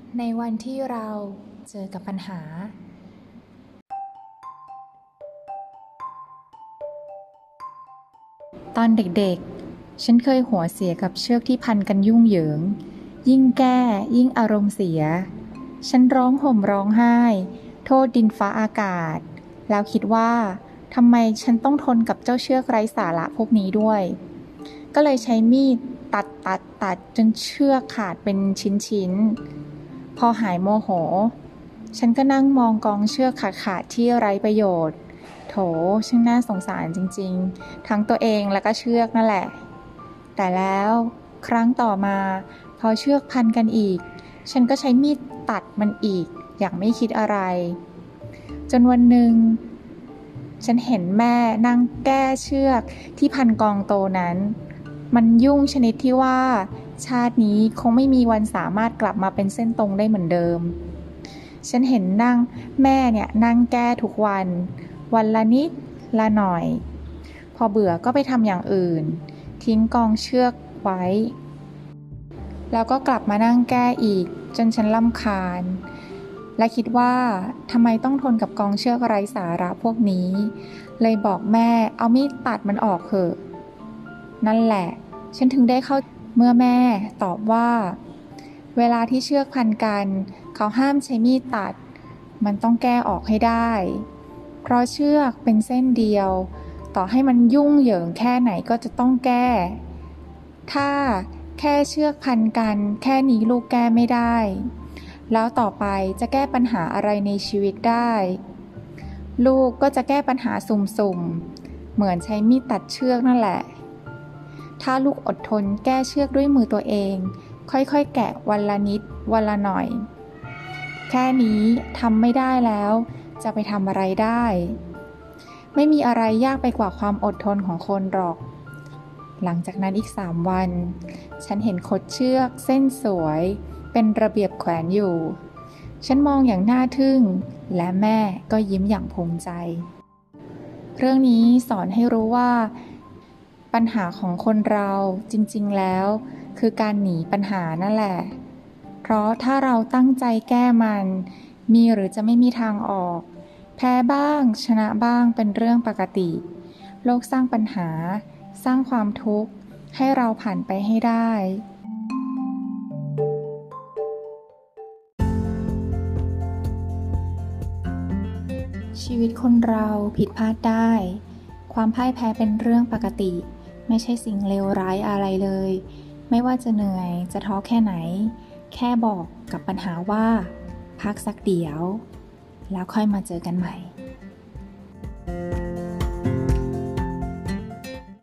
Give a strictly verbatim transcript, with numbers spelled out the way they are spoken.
ในวันที่เราเจอกับปัญหาตอนเด็กๆฉันเคยหัวเสียกับเชือกที่พันกันยุ่งเหยิงยิ่งแก้ยิ่งอารมณ์เสียฉันร้องห่มร้องไห้โทษดินฟ้าอากาศแล้วคิดว่าทำไมฉันต้องทนกับเจ้าเชือกไร้สาระพวกนี้ด้วยก็เลยใช้มีดตัดตัดตัดจนเชือกขาดเป็นชิ้นๆพอหายโมโหฉันก็นั่งมองกองเชือกขาดๆที่ไร้ประโยชน์โถช่างน่าสงสารจริงๆทั้งตัวเองและก็เชือกนั่นแหละแต่แล้วครั้งต่อมาพอเชือกพันกันอีกฉันก็ใช้มีดตัดมันอีกอย่างไม่คิดอะไรจนวันหนึ่งฉันเห็นแม่นั่งแก้เชือกที่พันกองโตนั้นมันยุ่งชนิดที่ว่าชาตินี้คงไม่มีวันสามารถกลับมาเป็นเส้นตรงได้เหมือนเดิมฉันเห็นนั่งแม่เนี่ยนั่งแก้ทุกวันวันละนิดละหน่อยพอเบื่อก็ไปทำอย่างอื่นทิ้งกองเชือกไว้แล้วก็กลับมานั่งแก้อีกจนฉันรำคาญและคิดว่าทำไมต้องทนกับกองเชือกไร้สาระพวกนี้เลยบอกแม่เอามีดตัดมันออกเถอะนั่นแหละฉันถึงได้เข้าเมื่อแม่ตอบว่าเวลาที่เชือกพันกันเขาห้ามใช้มีดตัดมันต้องแก้ออกให้ได้เพราะเชือกเป็นเส้นเดียวต่อให้มันยุ่งเหยิงแค่ไหนก็จะต้องแก้ถ้าแค่เชือกพันกันแค่นี้ลูกแก้ไม่ได้แล้วต่อไปจะแก้ปัญหาอะไรในชีวิตได้ลูกก็จะแก้ปัญหาสุ่มๆเหมือนใช้มีดตัดเชือกนั่นแหละถ้าลูกอดทนแก้เชือกด้วยมือตัวเองค่อยๆแกะวันละนิดวันละหน่อยแค่นี้ทำไม่ได้แล้วจะไปทำอะไรได้ไม่มีอะไรยากไปกว่าความอดทนของคนหรอกหลังจากนั้นอีกสามวันฉันเห็นขดเชือกเส้นสวยเป็นระเบียบแขวนอยู่ฉันมองอย่างน่าทึ่งและแม่ก็ยิ้มอย่างภูมิใจเรื่องนี้สอนให้รู้ว่าปัญหาของคนเราจริงๆแล้วคือการหนีปัญหานั่นแหละเพราะถ้าเราตั้งใจแก้มันมีหรือจะไม่มีทางออกแพ้บ้างชนะบ้างเป็นเรื่องปกติโลกสร้างปัญหาสร้างความทุกข์ให้เราผ่านไปให้ได้ชีวิตคนเราผิดพลาดได้ความพ่ายแพ้เป็นเรื่องปกติไม่ใช่สิ่งเลวร้ายอะไรเลยไม่ว่าจะเหนื่อยจะท้อแค่ไหนแค่บอกกับปัญหาว่าพักสักเดี๋ยวแล้วค่อยมาเจอกันใหม่